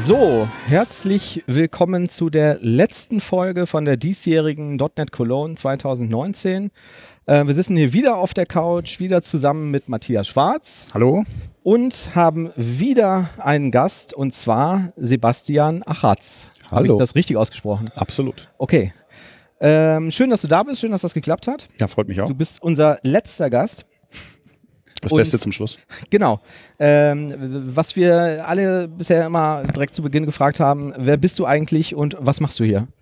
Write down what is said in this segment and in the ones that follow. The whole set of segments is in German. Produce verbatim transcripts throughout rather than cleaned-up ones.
So, herzlich willkommen zu der letzten Folge von der diesjährigen .N E T Cologne zwanzig neunzehn. Äh, wir sitzen hier wieder auf der Couch, wieder zusammen mit Matthias Schwarz. Hallo. Und haben wieder einen Gast, und zwar Sebastian Achatz. Hallo. Habe ich das richtig ausgesprochen? Absolut. Okay. Ähm, schön, dass du da bist, schön, dass das geklappt hat. Ja, freut mich auch. Du bist unser letzter Gast. Das Und Beste zum Schluss. Genau. Ähm, was wir alle bisher immer direkt zu Beginn gefragt haben, wer bist du eigentlich und was machst du hier?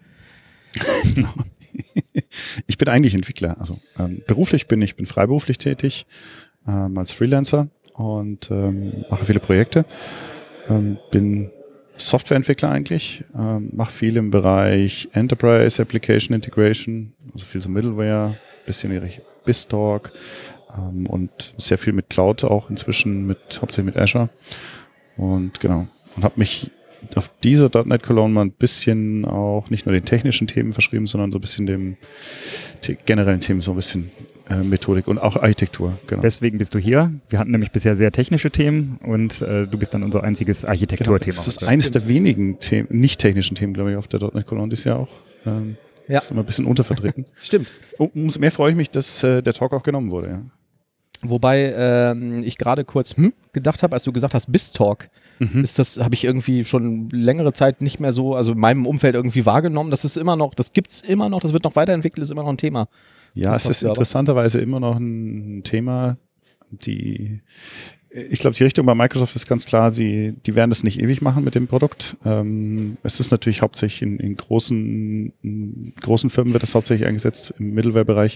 Ich bin eigentlich Entwickler. Also ähm, beruflich bin ich bin freiberuflich tätig ähm, als Freelancer und ähm, mache viele Projekte. Ähm, bin Softwareentwickler eigentlich, ähm, mache viel im Bereich Enterprise Application Integration, also viel so Middleware, bisschen in die Richtung BizTalk. Um, und sehr viel mit Cloud auch inzwischen, mit hauptsächlich mit Azure. Und genau. Und habe mich auf dieser .N E T Cologne mal ein bisschen auch nicht nur den technischen Themen verschrieben, sondern so ein bisschen dem te- generellen Themen, so ein bisschen äh, Methodik und auch Architektur. Genau. Deswegen bist du hier. Wir hatten nämlich bisher sehr technische Themen und äh, du bist dann unser einziges Architekturthema. Genau. Das ist eines der wenigen Themen, nicht technischen Themen, glaube ich, auf der .N E T Cologne dieses Jahr auch. Ähm, ja. Ist immer ein bisschen untervertreten. Stimmt. Um, umso mehr freue ich mich, dass äh, der Talk auch genommen wurde, ja. Wobei ähm, ich gerade kurz hm, gedacht habe, als du gesagt hast, BizTalk, mhm. ist das, habe ich irgendwie schon längere Zeit nicht mehr so, also in meinem Umfeld irgendwie wahrgenommen. Das ist immer noch, das gibt's immer noch, das wird noch weiterentwickelt, ist immer noch ein Thema. Ja, es ist interessanterweise immer noch ein Thema, die, ich glaube, die Richtung bei Microsoft ist ganz klar, sie, die werden das nicht ewig machen mit dem Produkt. Ähm, es ist natürlich hauptsächlich in, in großen, in großen Firmen wird das hauptsächlich eingesetzt, im Middleware-Bereich.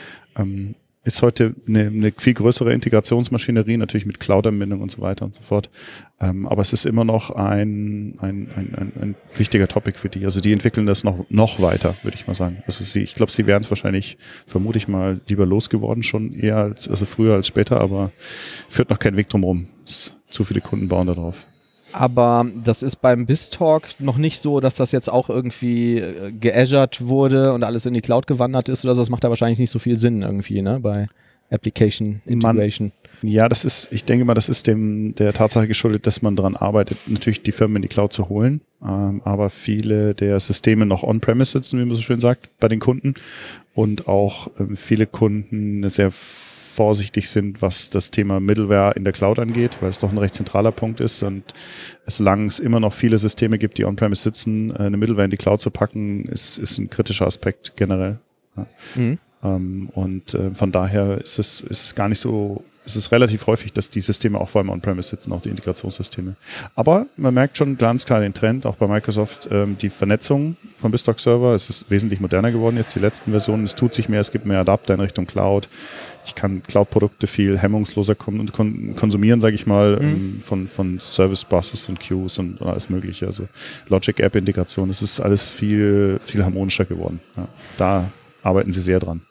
Ähm, ist heute eine, eine viel größere Integrationsmaschinerie, natürlich mit Cloud-Anbindung und so weiter und so fort. Ähm, aber es ist immer noch ein, ein, ein, ein, ein wichtiger Topic für die. Also die entwickeln das noch, noch weiter, würde ich mal sagen. Also sie, ich glaube, sie wären es wahrscheinlich, vermute ich mal, lieber losgeworden schon eher als, also früher als später, aber führt noch keinen Weg drumherum. Zu viele Kunden bauen da drauf. Aber das ist beim BizTalk noch nicht so, dass das jetzt auch irgendwie äh, geazured wurde und alles in die Cloud gewandert ist oder so. Das macht da wahrscheinlich nicht so viel Sinn irgendwie, ne, bei Application Integration. Man, ja, das ist, ich denke mal, das ist dem der Tatsache geschuldet, dass man daran arbeitet, natürlich die Firmen in die Cloud zu holen, ähm, aber viele der Systeme noch on-premise sitzen, wie man so schön sagt, bei den Kunden und auch ähm, viele Kunden sehr vorsichtig sind, was das Thema Middleware in der Cloud angeht, weil es doch ein recht zentraler Punkt ist und solange es immer noch viele Systeme gibt, die on-premise sitzen, eine Middleware in die Cloud zu packen, ist, ist ein kritischer Aspekt generell. Ja. Mhm. Um, und äh, von daher ist es, ist es gar nicht so, ist es relativ häufig, dass die Systeme auch vor allem on-premise sitzen, auch die Integrationssysteme. Aber man merkt schon ganz klar den Trend, auch bei Microsoft, ähm, die Vernetzung vom BizTalk-Server, es ist wesentlich moderner geworden, jetzt die letzten Versionen, es tut sich mehr, es gibt mehr Adapter in Richtung Cloud. Ich kann Cloud-Produkte viel hemmungsloser kon- kon- konsumieren, sage ich mal, mhm. ähm, von, von Service-Buses und Queues und, und alles mögliche. Also Logic-App-Integration, es ist alles viel, viel harmonischer geworden. Ja, da arbeiten sie sehr dran.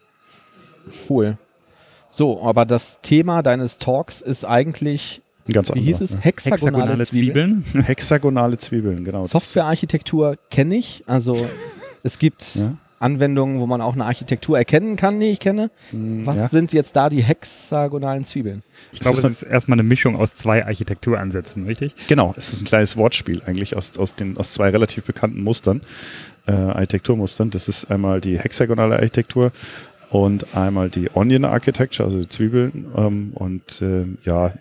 Cool. So, aber das Thema deines Talks ist eigentlich, ganz wie andere, hieß es? Ja. Hexagonale, Hexagonale Zwiebeln. Zwiebeln. Hexagonale Zwiebeln, genau. Softwarearchitektur kenne ich. Also es gibt ja. Anwendungen, wo man auch eine Architektur erkennen kann, die ich kenne. Was ja. sind jetzt da die hexagonalen Zwiebeln? Ich glaube, es ist erstmal eine Mischung aus zwei Architekturansätzen, richtig? Genau, es ist ein kleines Wortspiel eigentlich aus, aus, den, aus zwei relativ bekannten Mustern, äh, Architekturmustern. Das ist einmal die hexagonale Architektur und einmal die Onion Architecture, also die Zwiebeln. Ähm, und äh, ja,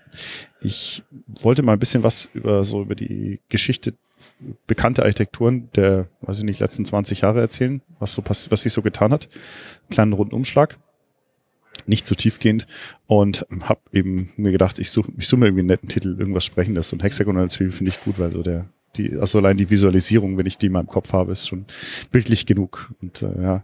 ich wollte mal ein bisschen was über so über die Geschichte bekannte Architekturen der, weiß ich nicht, letzten zwanzig Jahre erzählen, was so pass- was sich so getan hat. Kleinen Rundumschlag. Nicht zu tiefgehend und habe eben mir gedacht, ich suche ich such mir irgendwie einen netten Titel, irgendwas Sprechendes und hexagonale Zwiebel finde ich gut, weil so der die also allein die Visualisierung, wenn ich die in meinem Kopf habe, ist schon bildlich genug und äh, ja.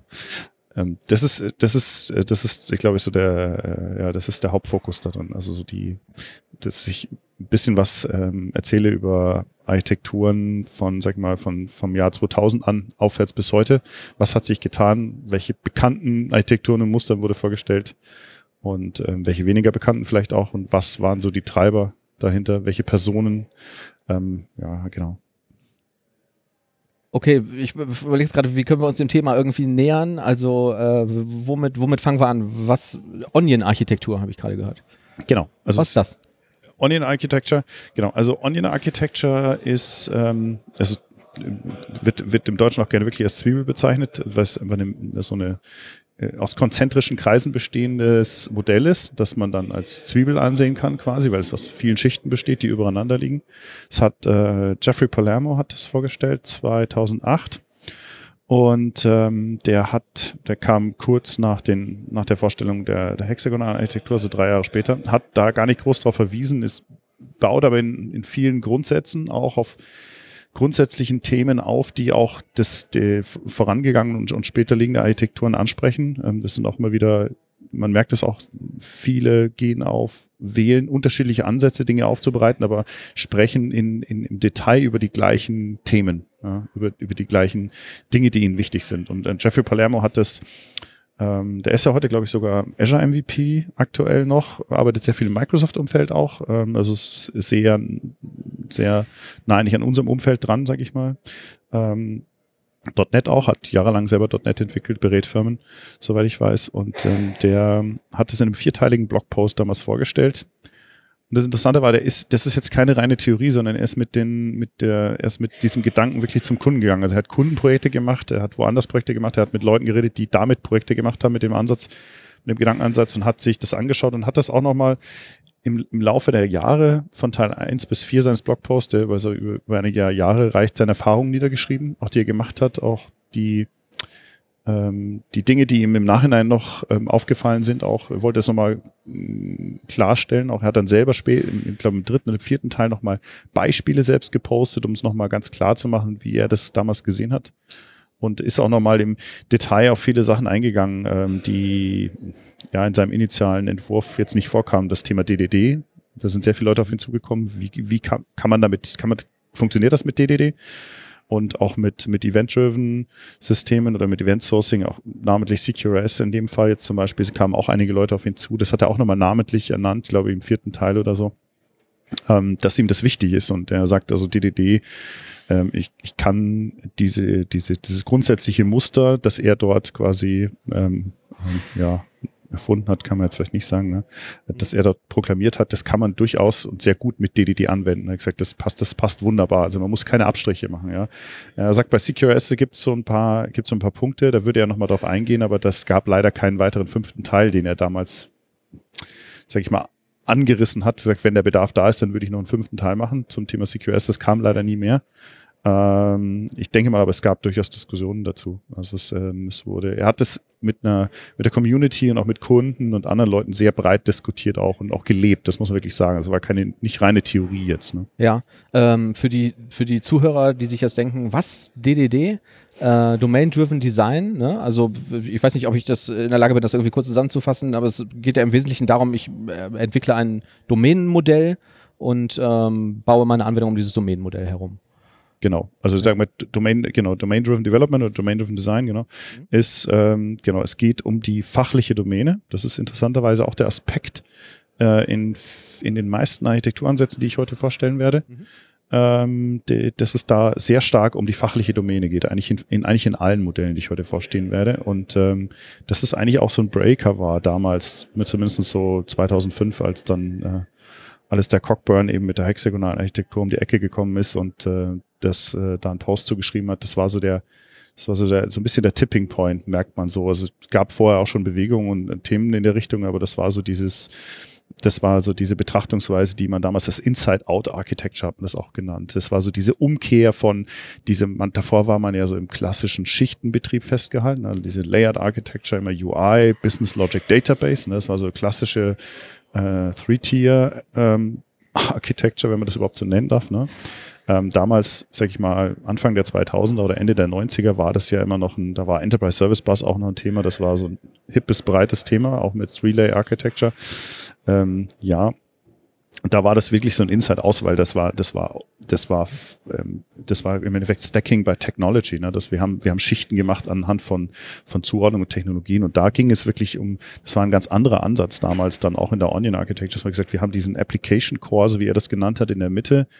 Das ist, das ist, das ist, ich glaube, so der, ja, das ist der Hauptfokus daran. Also so die, dass ich ein bisschen was ähm, erzähle über Architekturen von, sag ich mal, von vom Jahr zweitausend an aufwärts bis heute. Was hat sich getan? Welche bekannten Architekturen und Mustern wurde vorgestellt? Und ähm, welche weniger bekannten vielleicht auch? Und was waren so die Treiber dahinter? Welche Personen? Ähm, ja, genau. Okay, ich überlege jetzt gerade, wie können wir uns dem Thema irgendwie nähern? Also äh, womit, womit fangen wir an? Was Onion-Architektur habe ich gerade gehört. Genau. Also was ist das? Onion Architecture, genau. Also Onion Architecture ist, ähm, also wird, wird im Deutschen auch gerne wirklich als Zwiebel bezeichnet, weil es einfach eine, so eine äh, aus konzentrischen Kreisen bestehendes Modell ist, das man dann als Zwiebel ansehen kann quasi, weil es aus vielen Schichten besteht, die übereinander liegen. Es hat äh, Jeffrey Palermo hat das vorgestellt, zweitausendacht. Und ähm, der hat, der kam kurz nach den, nach der Vorstellung der, der hexagonalen Architektur, so drei Jahre später, hat da gar nicht groß drauf verwiesen, ist, baut aber in, in vielen Grundsätzen auch auf grundsätzlichen Themen auf, die auch das, die vorangegangenen und, und später liegende Architekturen ansprechen. Ähm, das sind auch immer wieder, man merkt es auch, viele gehen auf, wählen unterschiedliche Ansätze, Dinge aufzubereiten, aber sprechen in, in, im Detail über die gleichen Themen, ja, über, über die gleichen Dinge, die ihnen wichtig sind. Und äh, Jeffrey Palermo hat das, ähm, der ist ja heute, glaube ich, sogar Azure M V P aktuell noch, arbeitet sehr viel im Microsoft-Umfeld auch, ähm, also es ist sehr, sehr nah eigentlich an unserem Umfeld dran, sage ich mal. Ähm, .NET auch, hat jahrelang selber .NET entwickelt, berät Firmen, soweit ich weiß. Und ähm, der hat es in einem vierteiligen Blogpost damals vorgestellt. Und das Interessante war, der ist, das ist jetzt keine reine Theorie, sondern er ist mit den, mit der, er ist mit diesem Gedanken wirklich zum Kunden gegangen. Also er hat Kundenprojekte gemacht, er hat woanders Projekte gemacht, er hat mit Leuten geredet, die damit Projekte gemacht haben, mit dem Ansatz, mit dem Gedankenansatz und hat sich das angeschaut und hat das auch nochmal Im, im Laufe der Jahre von Teil eins bis vier seines Blogposts, der über so über, über einige Jahre reicht, seine Erfahrungen niedergeschrieben, auch die er gemacht hat, auch die ähm, die Dinge, die ihm im Nachhinein noch ähm, aufgefallen sind, auch er wollte das nochmal mh, klarstellen. Auch er hat dann selber später, ich glaube im dritten oder vierten Teil nochmal Beispiele selbst gepostet, um es nochmal ganz klar zu machen, wie er das damals gesehen hat. Und ist auch nochmal im Detail auf viele Sachen eingegangen, ähm, die ja in seinem initialen Entwurf jetzt nicht vorkamen. Das Thema D D D, da sind sehr viele Leute auf ihn zugekommen. Wie, wie kann, kann man damit, kann man, funktioniert das mit D D D? Und auch mit, mit Event-Driven Systemen oder mit Event-Sourcing, auch namentlich C Q R S in dem Fall jetzt zum Beispiel, kamen auch einige Leute auf ihn zu. Das hat er auch nochmal namentlich ernannt, glaube ich, im vierten Teil oder so, ähm, dass ihm das wichtig ist. Und er sagt also D D D, ähm, ich, ich kann diese, diese, dieses grundsätzliche Muster, das er dort quasi, ähm, ähm, ja, erfunden hat, kann man jetzt vielleicht nicht sagen, ne? Dass er dort proklamiert hat, das kann man durchaus und sehr gut mit D D D anwenden. Er hat gesagt, das passt, das passt wunderbar. Also man muss keine Abstriche machen, ja. Er sagt, bei C Q R S gibt es so ein paar, gibt es so ein paar Punkte, da würde er nochmal drauf eingehen, aber das gab leider keinen weiteren fünften Teil, den er damals, sag ich mal, angerissen hat. Er sagt, wenn der Bedarf da ist, dann würde ich noch einen fünften Teil machen zum Thema C Q R S. Das kam leider nie mehr. Ähm, ich denke mal, aber es gab durchaus Diskussionen dazu. Also es, ähm, es wurde, er hat es mit einer, mit der Community und auch mit Kunden und anderen Leuten sehr breit diskutiert auch und auch gelebt. Das muss man wirklich sagen. Also war keine, nicht reine Theorie jetzt. Ne? Ja, ähm, für die, für die Zuhörer, die sich jetzt denken, was, D D D? Äh, Domain-Driven Design, ne? Also ich weiß nicht, ob ich das in der Lage bin, das irgendwie kurz zusammenzufassen, aber es geht ja im Wesentlichen darum, ich äh, entwickle ein Domänenmodell und ähm, baue meine Anwendung um dieses Domänenmodell herum. Genau, also sagen wir Domain, genau, Domain-Driven Development oder Domain-Driven Design, genau, mhm. ist, ähm, genau, es geht um die fachliche Domäne. Das ist interessanterweise auch der Aspekt äh, in, in den meisten Architekturansätzen, die ich heute vorstellen werde, mhm. ähm, die, dass es da sehr stark um die fachliche Domäne geht, eigentlich in, in, eigentlich in allen Modellen, die ich heute vorstellen werde. Und ähm, dass es eigentlich auch so ein Breaker war damals, mit zumindest so zweitausendfünf, als dann äh, alles der Cockburn eben mit der hexagonalen Architektur um die Ecke gekommen ist und äh, das äh, da einen Post zugeschrieben hat. Das war so der, das war so der, so ein bisschen der Tipping Point, merkt man so. Also es gab vorher auch schon Bewegungen und äh, Themen in der Richtung, aber das war so dieses, das war so diese Betrachtungsweise, die man damals das Inside-Out-Architecture hat man das auch genannt. Das war so diese Umkehr von diesem, man, davor war man ja so im klassischen Schichtenbetrieb festgehalten, also diese Layered Architecture, immer U I, Business Logic Database, ne, das war so klassische äh, Three-Tier ähm, Architecture, wenn man das überhaupt so nennen darf, ne? Ähm, damals, sag ich mal, Anfang der zweitausender oder Ende der neunziger war das ja immer noch ein, da war Enterprise Service Bus auch noch ein Thema, das war so ein hippes, breites Thema, auch mit Three-Layer Architecture. Ähm, ja, und da war das wirklich so ein Inside-Aus, weil das war, das war, das war, ähm, das war im Endeffekt Stacking by Technology, ne? Das, wir haben, wir haben Schichten gemacht anhand von, von Zuordnung und Technologien und da ging es wirklich um, das war ein ganz anderer Ansatz damals dann auch in der Onion Architecture, dass man gesagt, wir haben diesen Application Core, so wie er das genannt hat, in der Mitte.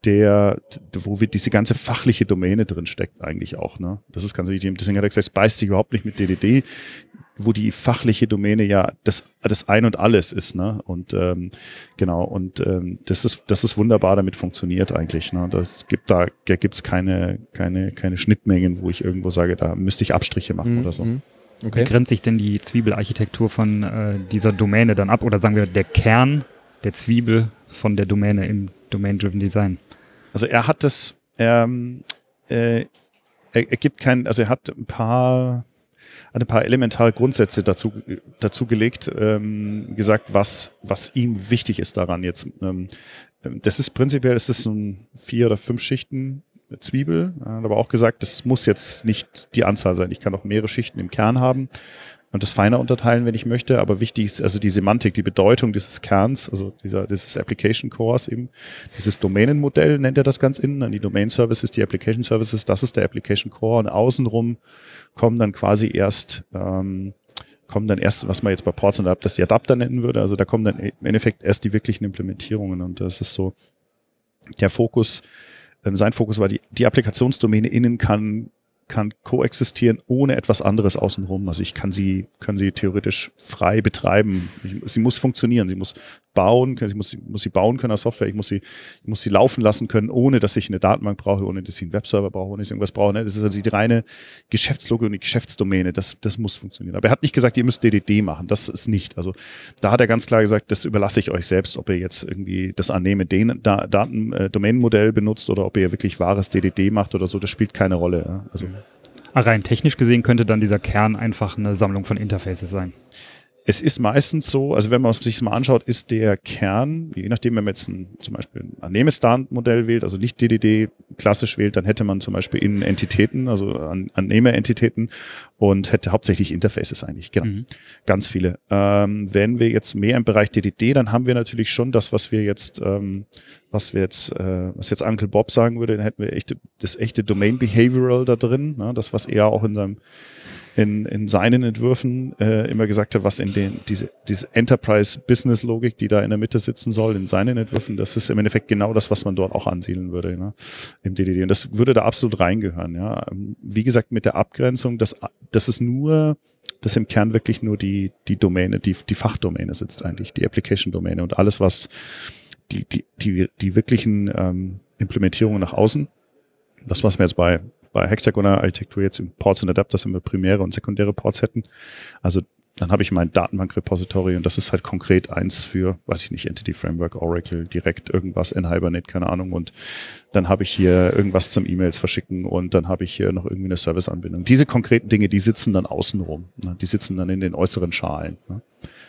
der, wo wir diese ganze fachliche Domäne drin steckt eigentlich auch. Ne? Das ist ganz wichtig. Deswegen hat er gesagt, es beißt sich überhaupt nicht mit D D D, wo die fachliche Domäne ja das, das Ein und Alles ist. Ne? Und ähm, genau, und ähm, das ist das ist wunderbar damit funktioniert eigentlich. Ne? Das gibt da, da gibt's keine, keine, keine Schnittmengen, wo ich irgendwo sage, da müsste ich Abstriche machen Mhm. oder so. Okay. Wie grenzt sich denn die Zwiebelarchitektur von äh, dieser Domäne dann ab? Oder sagen wir, der Kern der Zwiebel von der Domäne im Domain-Driven Design? Also er hat das, ähm, äh, er, er gibt kein, also er hat ein paar, hat ein paar elementare Grundsätze dazu, dazu gelegt, ähm, gesagt, was, was ihm wichtig ist daran jetzt. Ähm, das ist prinzipiell, das ist so ein vier oder fünf Schichten Zwiebel. Er hat aber auch gesagt, das muss jetzt nicht die Anzahl sein. Ich kann auch mehrere Schichten im Kern haben und das feiner unterteilen, wenn ich möchte. Aber wichtig ist also die Semantik, die Bedeutung dieses Kerns, also dieser, dieses Application Cores eben, dieses Domänenmodell nennt er das ganz innen, dann die Domain Services, die Application Services, das ist der Application Core und außenrum kommen dann quasi erst, ähm, kommen dann erst, was man jetzt bei Ports und Adapters die Adapter nennen würde, also da kommen dann im Endeffekt erst die wirklichen Implementierungen und das ist so der Fokus. Sein Fokus war, die, die Applikationsdomäne innen kann, kann koexistieren ohne etwas anderes außenrum. Also ich kann sie, kann sie theoretisch frei betreiben. Ich, sie muss funktionieren, sie muss bauen können, sie muss, muss sie bauen können als Software, ich muss sie, ich muss sie laufen lassen können, ohne dass ich eine Datenbank brauche, ohne dass ich einen Webserver brauche, ohne dass ich irgendwas brauche. Das ist also die reine Geschäftslogik und die Geschäftsdomäne, das, das muss funktionieren. Aber er hat nicht gesagt, ihr müsst D D D machen, das ist nicht. Also da hat er ganz klar gesagt, das überlasse ich euch selbst, ob ihr jetzt irgendwie das annehme Daten-Domänenmodell benutzt oder ob ihr wirklich wahres D D D macht oder so, das spielt keine Rolle. Ja. Also Rein technisch gesehen könnte dann dieser Kern einfach eine Sammlung von Interfaces sein. Es ist meistens so, also wenn man sich das mal anschaut, ist der Kern, je nachdem, wenn man jetzt ein, zum Beispiel ein Annehme-Star-Modell wählt, also nicht D D D klassisch wählt, dann hätte man zum Beispiel in Entitäten, also an, Annehme-Entitäten und hätte hauptsächlich Interfaces eigentlich, genau. Mhm. Ganz viele. Ähm, wenn wir jetzt mehr im Bereich D D D, dann haben wir natürlich schon das, was wir jetzt, ähm, was wir jetzt, äh, was jetzt Uncle Bob sagen würde, dann hätten wir echte, das echte Domain Behavioral da drin, ne? Das, was er auch in seinem In, in seinen Entwürfen äh, immer gesagt hat, was in den, diese, diese Enterprise-Business-Logik, die da in der Mitte sitzen soll, in seinen Entwürfen, das ist im Endeffekt genau das, was man dort auch ansiedeln würde, ne, im D D D. Und das würde da absolut reingehören, ja. Wie gesagt, mit der Abgrenzung, dass, das ist nur, dass im Kern wirklich nur die, die Domäne, die, die Fachdomäne sitzt eigentlich, die Application-Domäne und alles, was die, die, die, die wirklichen ähm, Implementierungen nach außen, das, was wir jetzt bei bei hexagonaler Architektur jetzt im Ports und Adapters immer primäre und sekundäre Ports hätten. Also dann habe ich mein Datenbank-Repository und das ist halt konkret eins für, weiß ich nicht, Entity Framework, Oracle, direkt irgendwas, N-Hibernate, keine Ahnung. Und dann habe ich hier irgendwas zum E-Mails verschicken und dann habe ich hier noch irgendwie eine Service-Anbindung. Diese konkreten Dinge, die sitzen dann außenrum. Ne? Die sitzen dann in den äußeren Schalen. Ne?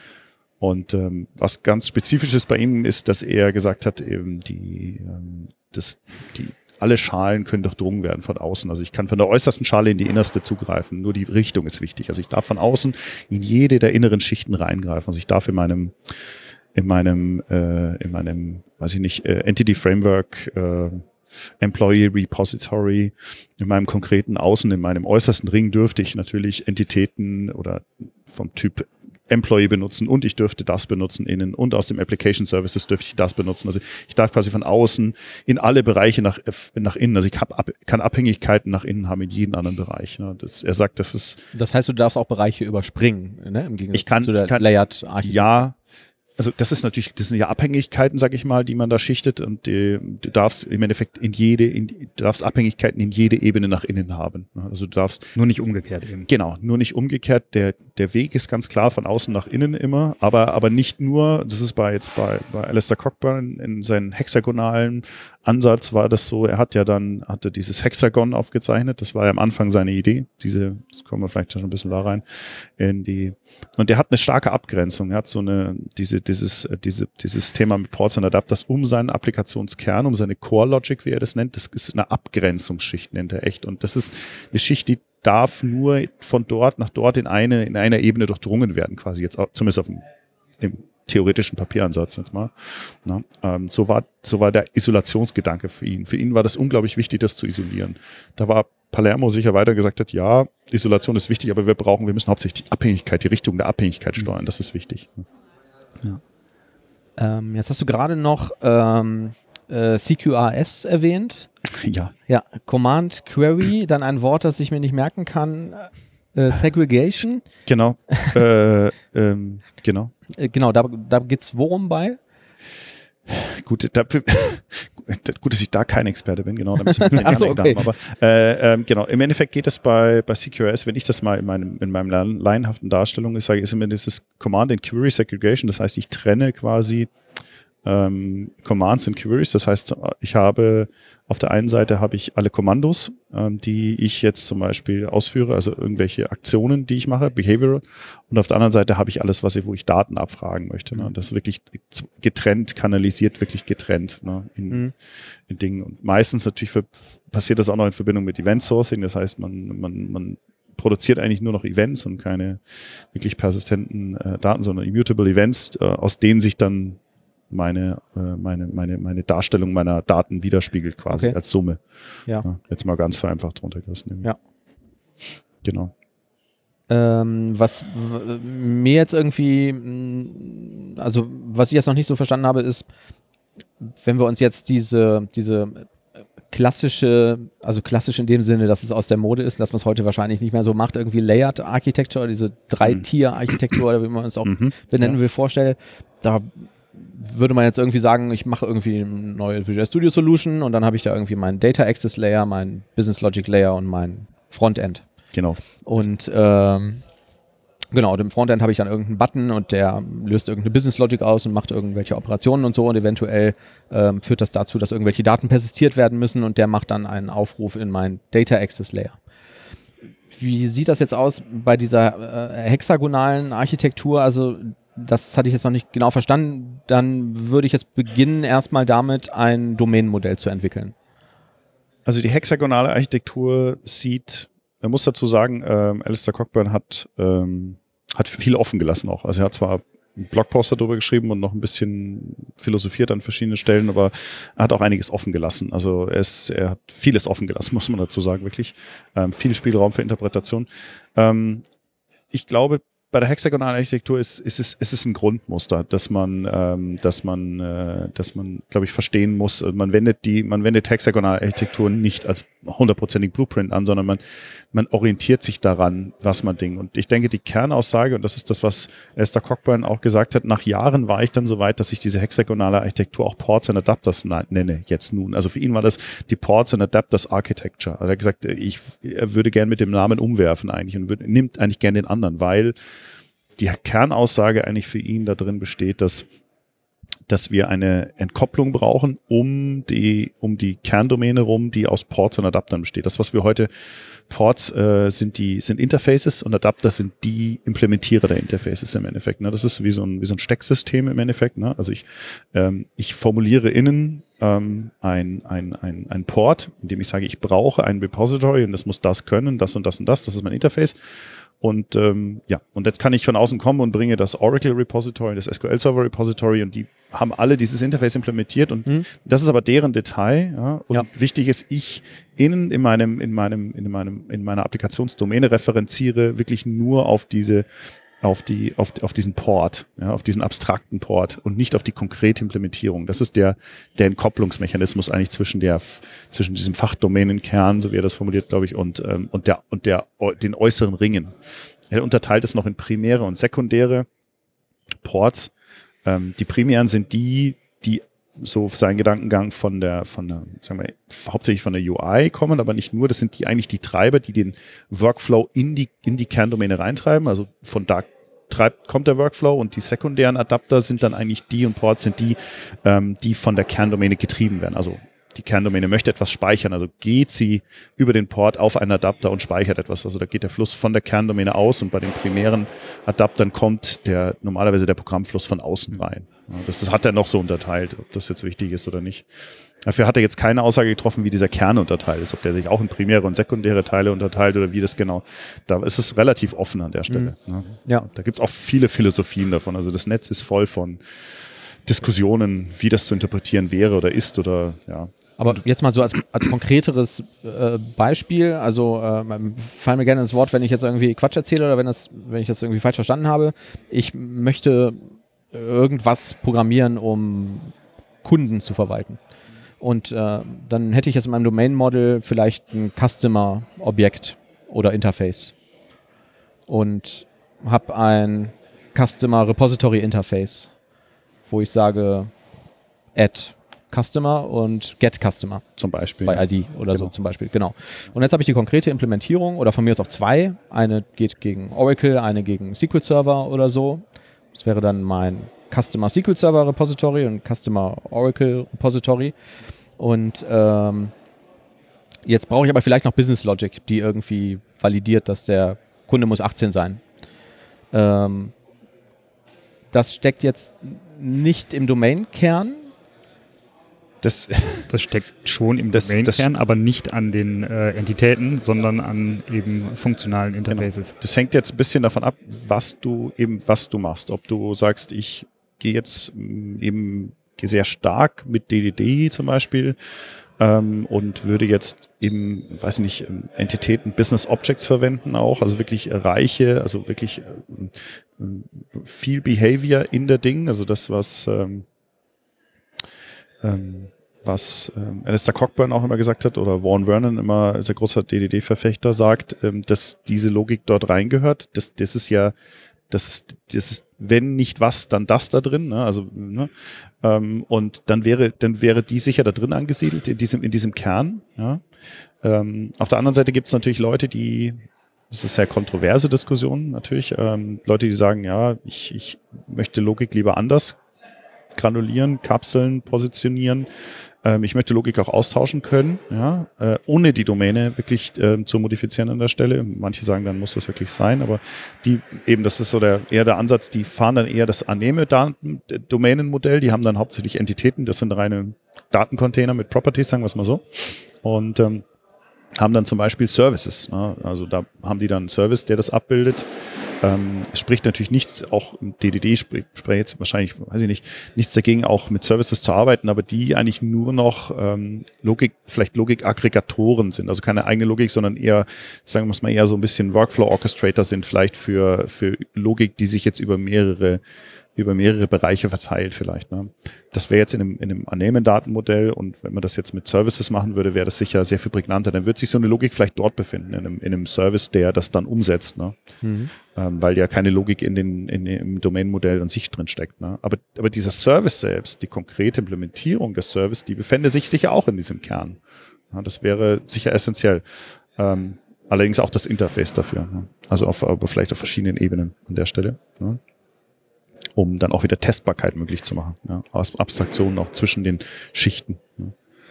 Und ähm, was ganz spezifisch ist bei ihm ist, dass er gesagt hat, eben die, ähm, das, die alle Schalen können durchdrungen werden von außen. Also ich kann von der äußersten Schale in die innerste zugreifen. Nur die Richtung ist wichtig. Also ich darf von außen in jede der inneren Schichten reingreifen. Also ich darf in meinem, in meinem, äh, in meinem, weiß ich nicht, äh, Entity Framework, äh, Employee Repository, in meinem konkreten Außen, in meinem äußersten Ring dürfte ich natürlich Entitäten oder vom Typ Employee benutzen und ich dürfte das benutzen innen und aus dem Application Services dürfte ich das benutzen. Also ich darf quasi von außen in alle Bereiche nach, nach innen, also ich hab, ab, kann Abhängigkeiten nach innen haben in jeden anderen Bereich. Ne? Das, er sagt, das ist... Das heißt, du darfst auch Bereiche überspringen, ne? Im Gegensatz ich kann, zu der kann, Layered-Architektur. Ja, also das ist natürlich, das sind ja Abhängigkeiten, sag ich mal, die man da schichtet und die, du darfst im Endeffekt in jede, in, du darfst Abhängigkeiten in jede Ebene nach innen haben. Also du darfst nur nicht umgekehrt eben. Genau, nur nicht umgekehrt. Der der Weg ist ganz klar von außen nach innen immer, aber aber nicht nur. Das ist bei jetzt bei bei Alistair Cockburn in seinen hexagonalen Ansatz war das so. Er hat ja dann hatte dieses Hexagon aufgezeichnet. Das war ja am Anfang seine Idee. Diese, das kommen wir vielleicht schon ein bisschen da rein in die. Und der hat eine starke Abgrenzung. Er hat so eine diese dieses diese dieses Thema mit Ports und Adapters um seinen Applikationskern, um seine Core Logic, wie er das nennt. Das ist eine Abgrenzungsschicht, nennt er echt. Und das ist eine Schicht, die darf nur von dort nach dort in eine in einer Ebene durchdrungen werden, quasi jetzt auch, zumindest auf dem im theoretischen Papieransatz jetzt mal. Na, ähm, so war so war der Isolationsgedanke für ihn. Für ihn war das unglaublich wichtig, das zu isolieren. Da war Palermo sicher weiter gesagt hat, ja, Isolation ist wichtig, aber wir brauchen, wir müssen hauptsächlich die Abhängigkeit, die Richtung der Abhängigkeit steuern. Das ist wichtig. Ja. Ähm, jetzt hast du gerade noch ähm, äh, C Q R S erwähnt. Ja. Ja, Command Query, dann ein Wort, das ich mir nicht merken kann, äh, Segregation. Genau. äh, ähm, genau. Äh, genau, da, da geht es worum bei? Gut, da, gut, dass ich da kein Experte bin, genau, da müssen wir jetzt Ach so, okay. haben, aber äh, ähm, genau, im Endeffekt geht es bei, bei C Q R S, wenn ich das mal in meinem, in meinem laienhaften Darstellung sage, ist im Endeffekt das Command and Query Segregation, das heißt, ich trenne quasi ähm, Commands und Queries, das heißt, ich habe auf der einen Seite habe ich alle Kommandos, ähm, die ich jetzt zum Beispiel ausführe, also irgendwelche Aktionen, die ich mache, Behavioral, und auf der anderen Seite habe ich alles, was ich, wo ich Daten abfragen möchte. Ne? Das ist wirklich getrennt, kanalisiert, wirklich getrennt, ne? in, mhm. in Dingen. Und meistens natürlich für, passiert das auch noch in Verbindung mit Event Sourcing, das heißt, man, man, man produziert eigentlich nur noch Events und keine wirklich persistenten äh, Daten, sondern immutable Events, äh, aus denen sich dann meine, äh, meine, meine, meine Darstellung meiner Daten widerspiegelt quasi okay. als Summe. Ja. Ja, jetzt mal ganz vereinfacht runtergelassen. Ja. Genau. Ähm, was w- mir jetzt irgendwie, also was ich jetzt noch nicht so verstanden habe, ist, wenn wir uns jetzt diese, diese klassische, also klassisch in dem Sinne, dass es aus der Mode ist, dass man es heute wahrscheinlich nicht mehr so macht, irgendwie Layered Architecture, diese Drei-Tier-Architektur, oder wie man es auch Mhm. benennen Ja. will, vorstelle, da würde man jetzt irgendwie sagen, ich mache irgendwie eine neue Visual Studio Solution und dann habe ich da irgendwie meinen Data Access Layer, meinen Business Logic Layer und mein Frontend. Genau. Und ähm, genau, im Frontend habe ich dann irgendeinen Button und der löst irgendeine Business Logic aus und macht irgendwelche Operationen und so und eventuell ähm, führt das dazu, dass irgendwelche Daten persistiert werden müssen und der macht dann einen Aufruf in meinen Data Access Layer. Wie sieht das jetzt aus bei dieser äh, hexagonalen Architektur? Also das hatte ich jetzt noch nicht genau verstanden. Dann würde ich jetzt beginnen, erstmal damit ein Domänenmodell zu entwickeln. Also die hexagonale Architektur sieht, man muss dazu sagen, ähm, Alistair Cockburn hat, ähm, hat viel offen gelassen auch. Also er hat zwar einen Blogpost darüber geschrieben und noch ein bisschen philosophiert an verschiedenen Stellen, aber er hat auch einiges offen gelassen. Also er, ist, er hat vieles offen gelassen, muss man dazu sagen, wirklich. Ähm, viel Spielraum für Interpretation. Ähm, ich glaube, bei der hexagonalen Architektur ist, ist, es, ist es ein Grundmuster, dass man, ähm, dass man, äh, dass man, glaube ich, verstehen muss. Man wendet die, man wendet hexagonale Architektur nicht als hundertprozentig Blueprint an, sondern man, man orientiert sich daran, was man Ding. Und ich denke, die Kernaussage, und das ist das, was Alistair Cockburn auch gesagt hat, nach Jahren war ich dann so weit, dass ich diese hexagonale Architektur auch Ports and Adapters nenne, jetzt nun. Also für ihn war das die Ports and Adapters Architecture. Also er hat gesagt, ich, er würde gern mit dem Namen umwerfen eigentlich und würde, nimmt eigentlich gern den anderen, weil die Kernaussage eigentlich für ihn da drin besteht, dass dass wir eine Entkopplung brauchen um die um die Kerndomäne rum, die aus Ports und Adaptern besteht. Das, was wir heute Ports äh, sind die sind Interfaces und Adapter sind die Implementierer der Interfaces im Endeffekt. Ne? Das ist wie so ein wie so ein Stecksystem im Endeffekt. Ne? Also ich ähm, ich formuliere innen ähm, ein ein ein ein Port, in dem ich sage, ich brauche ein Repository und das muss das können, das und das und das. Das ist mein Interface. Und ähm, ja, und jetzt kann ich von außen kommen und bringe das Oracle Repository, das S Q L Server Repository und die haben alle dieses Interface implementiert und mhm. das ist aber deren Detail. Ja, und ja. wichtig ist, ich innen in meinem in meinem in meinem in meiner Applikationsdomäne referenziere wirklich nur auf diese auf die auf auf diesen Port, ja, auf diesen abstrakten Port und nicht auf die konkrete Implementierung. Das ist der der Entkopplungsmechanismus eigentlich zwischen der zwischen diesem Fachdomänenkern, so wie er das formuliert, glaube ich, und ähm, und der und der den äußeren Ringen. Er unterteilt es noch in primäre und sekundäre Ports. Ähm, die primären sind die, die so sein Gedankengang von der, von der, sagen wir, hauptsächlich von der U I kommen, aber nicht nur. Das sind die eigentlich die Treiber, die den Workflow in die, in die Kerndomäne reintreiben. Also von da treibt, kommt der Workflow und die sekundären Adapter sind dann eigentlich die und Ports sind die, ähm, die von der Kerndomäne getrieben werden. Also die Kerndomäne möchte etwas speichern, also geht sie über den Port auf einen Adapter und speichert etwas. Also da geht der Fluss von der Kerndomäne aus und bei den primären Adaptern kommt der normalerweise der Programmfluss von außen rein. Ja, das, das hat er noch so unterteilt, ob das jetzt wichtig ist oder nicht. Dafür hat er jetzt keine Aussage getroffen, wie dieser Kern unterteilt ist, ob der sich auch in primäre und sekundäre Teile unterteilt oder wie das genau. Da ist es relativ offen an der Stelle. Mhm. Ne? Ja. Da gibt es auch viele Philosophien davon. Also das Netz ist voll von Diskussionen, wie das zu interpretieren wäre oder ist oder ja. Aber jetzt mal so als, als konkreteres äh, Beispiel, also äh, fallen mir gerne ins Wort, wenn ich jetzt irgendwie Quatsch erzähle oder wenn, das, wenn ich das irgendwie falsch verstanden habe. Ich möchte irgendwas programmieren, um Kunden zu verwalten. Und äh, dann hätte ich jetzt in meinem Domain-Model vielleicht ein Customer-Objekt oder Interface und habe ein Customer Repository Interface, wo ich sage add Customer und get Customer. Zum Beispiel. Bei I D oder Genau. so zum Beispiel, genau. Und jetzt habe ich die konkrete Implementierung oder von mir aus auch zwei. Eine geht gegen Oracle, eine gegen S Q L Server oder so. Das wäre dann mein Customer S Q L Server Repository und Customer Oracle Repository. Und ähm, jetzt brauche ich aber vielleicht noch Business Logic, die irgendwie validiert, dass der Kunde muss achtzehn sein. Ähm, das steckt jetzt nicht im Domain-Kern. Das, Das steckt schon im Das- Domain-Kern, das- aber nicht an den äh, Entitäten, sondern an eben funktionalen Interfaces. das hängt jetzt ein bisschen davon ab, was du eben, was du machst. Ob du sagst, ich gehe jetzt mh, eben gehe sehr stark mit D D D zum Beispiel ähm, und würde jetzt eben, weiß ich nicht, ähm, Entitäten, Business Objects verwenden auch, also wirklich reiche, also wirklich ähm, ähm, viel Behavior in der Ding, also das, was ähm, ähm, was ähm, Alistair Cockburn auch immer gesagt hat oder Vaughan Vernon immer als der große D D D-Verfechter sagt, ähm, dass diese Logik dort reingehört. Das, das ist ja, das ist, das ist, wenn nicht was, dann das da drin. Ne? Also ne? ähm, und dann wäre, dann wäre die sicher da drin angesiedelt in diesem in diesem Kern. Ja? Ähm, auf der anderen Seite gibt es natürlich Leute, die das ist sehr kontroverse Diskussion natürlich. Ähm, Leute, die sagen, ja, ich, ich möchte Logik lieber anders granulieren, kapseln, positionieren. Ähm, ich möchte Logik auch austauschen können, ja, äh, ohne die Domäne wirklich äh, zu modifizieren an der Stelle. Manche sagen, dann muss das wirklich sein, aber die eben, das ist so der eher der Ansatz, die fahren dann eher das Annehme-Domänenmodell, die haben dann hauptsächlich Entitäten, das sind reine Datencontainer mit Properties, sagen wir es mal so. Und ähm, haben dann zum Beispiel Services. Ne? Also da haben die dann einen Service, der das abbildet. Ähm, spricht natürlich nichts, auch im D D D spricht sprich jetzt wahrscheinlich, weiß ich nicht, nichts dagegen, auch mit Services zu arbeiten, aber die eigentlich nur noch ähm, Logik, vielleicht Logik-Aggregatoren sind, also keine eigene Logik, sondern eher, sagen wir es mal, eher so ein bisschen Workflow-Orchestrator sind, vielleicht für für Logik, die sich jetzt über mehrere über mehrere Bereiche verteilt vielleicht. Ne? Das wäre jetzt in einem, in einem Annehmen-Datenmodell und wenn man das jetzt mit Services machen würde, wäre das sicher sehr viel prägnanter. Dann wird sich so eine Logik vielleicht dort befinden, in einem, in einem Service, der das dann umsetzt. Ne? Mhm. Ähm, weil ja keine Logik in den, in, im Domain-Modell an sich drin steckt. Ne? Aber, aber dieser Service selbst, die konkrete Implementierung des Service, die befände sich sicher auch in diesem Kern. Ja, das wäre sicher essentiell. Ähm, allerdings auch das Interface dafür. Ne? Also auf, aber vielleicht auf verschiedenen Ebenen an der Stelle. Ne? Um dann auch wieder Testbarkeit möglich zu machen. Ja, Abstraktionen auch zwischen den Schichten. Ja.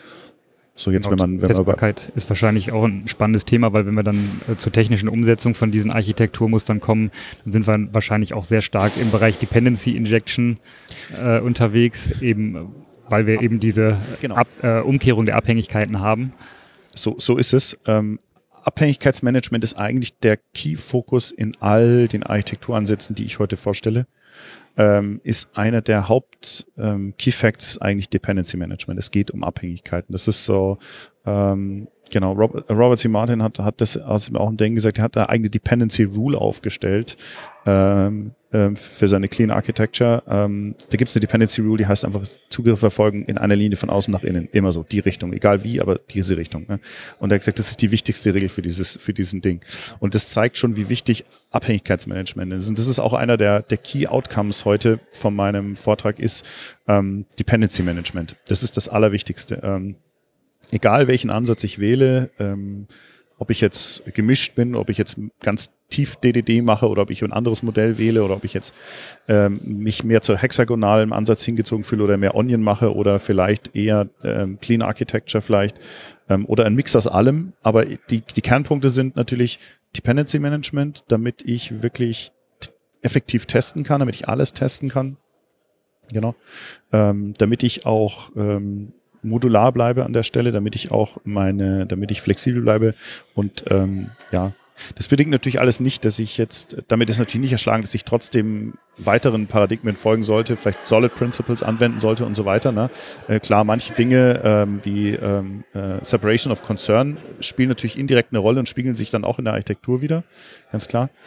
So jetzt, Genau, wenn man, wenn Testbarkeit man ist wahrscheinlich auch ein spannendes Thema, weil wenn wir dann äh, zur technischen Umsetzung von diesen Architekturmustern kommen, dann sind wir wahrscheinlich auch sehr stark im Bereich Dependency Injection äh, unterwegs, eben weil wir eben diese genau. Ab, äh, Umkehrung der Abhängigkeiten haben. So, so ist es. Ähm, Abhängigkeitsmanagement ist eigentlich der Key-Fokus in all den Architekturansätzen, die ich heute vorstelle. Ähm, ist einer der Haupt-Key-Facts ähm, ist eigentlich Dependency Management. Es geht um Abhängigkeiten. Das ist so, ähm, genau, Robert, Robert C. Martin hat, hat das aus auch im Denken gesagt, er hat eine eigene Dependency Rule aufgestellt ähm, ähm, für seine Clean Architecture. Ähm, da gibt es eine Dependency Rule, die heißt einfach Zugriff verfolgen in einer Linie von außen nach innen. Immer so, die Richtung, egal wie, aber diese Richtung. Ne? Und er hat gesagt, das ist die wichtigste Regel für dieses, für diesen Ding. Und das zeigt schon, wie wichtig Abhängigkeitsmanagement ist. Und das ist auch einer der, der Key Outcomes heute von meinem Vortrag ist ähm, Dependency Management. Das ist das Allerwichtigste. Ähm, egal welchen Ansatz ich wähle, ähm, ob ich jetzt gemischt bin, ob ich jetzt ganz tief D D D mache oder ob ich ein anderes Modell wähle oder ob ich jetzt ähm, mich mehr zur hexagonalen Ansatz hingezogen fühle oder mehr Onion mache oder vielleicht eher ähm, Clean Architecture vielleicht ähm, oder ein Mix aus allem. Aber die, die Kernpunkte sind natürlich Dependency Management, damit ich wirklich t- effektiv testen kann, damit ich alles testen kann. Genau. Ähm, damit ich auch ähm, modular bleibe an der Stelle, damit ich auch meine, damit ich flexibel bleibe und ähm, ja, das bedingt natürlich alles nicht, dass ich jetzt, damit ist natürlich nicht erschlagen, dass ich trotzdem weiteren Paradigmen folgen sollte, vielleicht Solid Principles anwenden sollte und so weiter. Ne? Äh, klar, manche Dinge ähm, wie ähm, äh, Separation of Concern spielen natürlich indirekt eine Rolle und spiegeln sich dann auch in der Architektur wieder, ganz klar.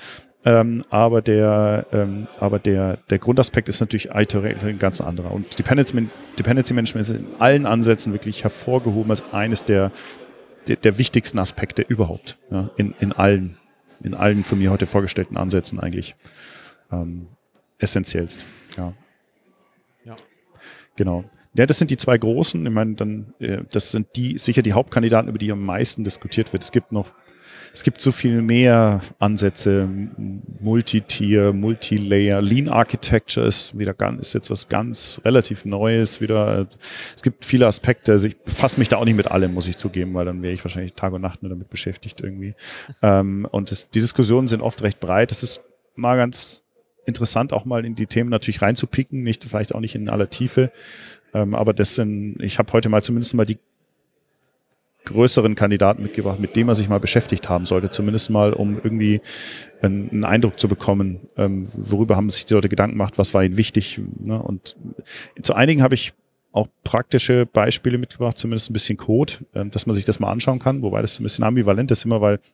Ähm, aber der, ähm, aber der, der Grundaspekt ist natürlich Iterator ein ganz anderer. Und Dependency, Dependency Management ist in allen Ansätzen wirklich hervorgehoben als eines der, der, der wichtigsten Aspekte überhaupt. Ja, in, in allen, in allen von mir heute vorgestellten Ansätzen eigentlich ähm, essentiellst. Ja. Ja. Genau. Ja, das sind die zwei großen. Ich meine, dann, äh, das sind die sicher die Hauptkandidaten, über die am meisten diskutiert wird. Es gibt noch Es gibt so viel mehr Ansätze, Multi-Tier, Multi-Layer, Lean Architecture ist wieder ganz, ist jetzt was ganz relativ Neues wieder. Es gibt viele Aspekte, also ich befasse mich da auch nicht mit allem, muss ich zugeben, weil dann wäre ich wahrscheinlich Tag und Nacht nur damit beschäftigt irgendwie. Ähm, und das, die Diskussionen sind oft recht breit. Das ist mal ganz interessant, auch mal in die Themen natürlich reinzupicken, nicht, vielleicht auch nicht in aller Tiefe. Ähm, aber das sind, ich habe heute mal zumindest mal die größeren Kandidaten mitgebracht, mit dem man sich mal beschäftigt haben sollte, zumindest mal, um irgendwie einen, einen Eindruck zu bekommen, ähm, worüber haben sich die Leute Gedanken gemacht, was war ihnen wichtig. Ne? Und zu einigen habe ich auch praktische Beispiele mitgebracht, zumindest ein bisschen Code, ähm, dass man sich das mal anschauen kann, wobei das ein bisschen ambivalent ist immer, weil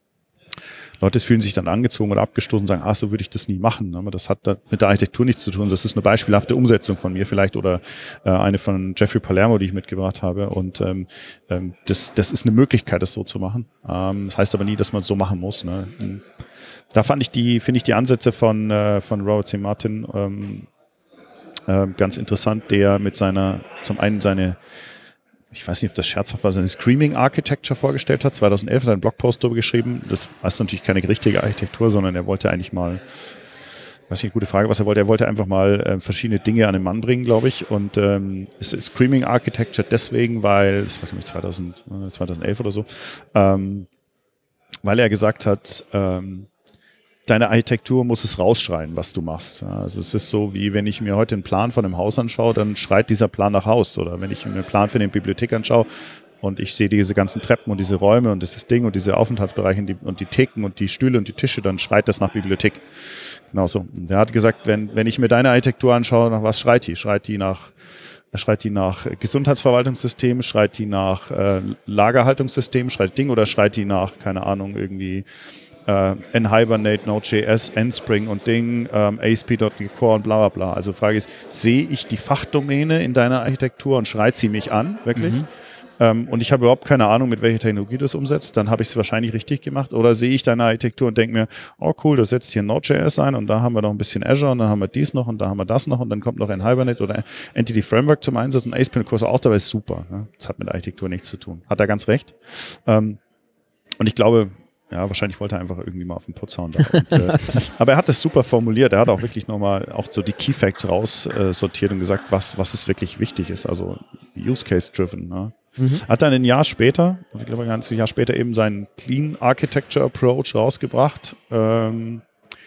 Leute fühlen sich dann angezogen oder abgestoßen und sagen, ach, so würde ich das nie machen. Aber das hat mit der Architektur nichts zu tun. Das ist eine beispielhafte Umsetzung von mir vielleicht oder äh, eine von Jeffrey Palermo, die ich mitgebracht habe. Und ähm, das, das ist eine Möglichkeit, das so zu machen. Ähm, das heißt aber nie, dass man es so machen muss. Ne? Da fand ich die, finde ich die Ansätze von, äh, von Robert C. Martin ähm, äh, ganz interessant, der mit seiner, zum einen seine ich weiß nicht, ob das scherzhaft war, seine Screaming Architecture vorgestellt hat. zweitausendelf hat er einen Blogpost darüber geschrieben. Das ist natürlich keine richtige Architektur, sondern er wollte eigentlich mal, weiß nicht, gute Frage, was er wollte. Er wollte einfach mal äh, verschiedene Dinge an den Mann bringen, glaube ich. Und ähm, es ist Screaming Architecture deswegen, weil, das war glaube ich zweitausend, zweitausendelf oder so, ähm, weil er gesagt hat, ähm, deine Architektur muss es rausschreien, was du machst. Also es ist so, wie wenn ich mir heute einen Plan von einem Haus anschaue, dann schreit dieser Plan nach Haus. Oder wenn ich mir einen Plan für eine Bibliothek anschaue und ich sehe diese ganzen Treppen und diese Räume und dieses Ding und diese Aufenthaltsbereiche und die, und die Theken und die Stühle und die Tische, dann schreit das nach Bibliothek. Genauso. Und er hat gesagt, wenn, wenn ich mir deine Architektur anschaue, nach was schreit die? Schreit die nach Schreit die nach Gesundheitsverwaltungssystem, schreit die nach äh, Lagerhaltungssystem, schreit Ding oder schreit die nach, keine Ahnung, irgendwie Uh, N-Hibernate, Node.js, N-Spring und Ding, um, A S P Punkt NET Core und bla bla bla. Also die Frage ist, sehe ich die Fachdomäne in deiner Architektur und schreit sie mich an, wirklich? Mhm. Um, und ich habe überhaupt keine Ahnung, mit welcher Technologie du das umsetzt, dann habe ich es wahrscheinlich richtig gemacht. Oder sehe ich deine Architektur und denke mir, oh cool, du setzt hier Node.js ein und da haben wir noch ein bisschen Azure und dann haben wir dies noch und da haben wir das noch und dann kommt noch N-Hibernate oder Entity Framework zum Einsatz und A S P Punkt NET Core ist auch dabei, ist super. Ne? Das hat mit der Architektur nichts zu tun. Hat er ganz recht. Um, und ich glaube, ja, wahrscheinlich wollte er einfach irgendwie mal auf den Putz hauen. Da. Und, äh, aber er hat das super formuliert. Er hat auch wirklich nochmal auch so die Key Facts raussortiert äh, und gesagt, was, was es wirklich wichtig ist. Also Use Case Driven. Ne? Mhm. Hat dann ein Jahr später, ich glaube ein ganzes Jahr später eben seinen Clean Architecture Approach rausgebracht. Ähm,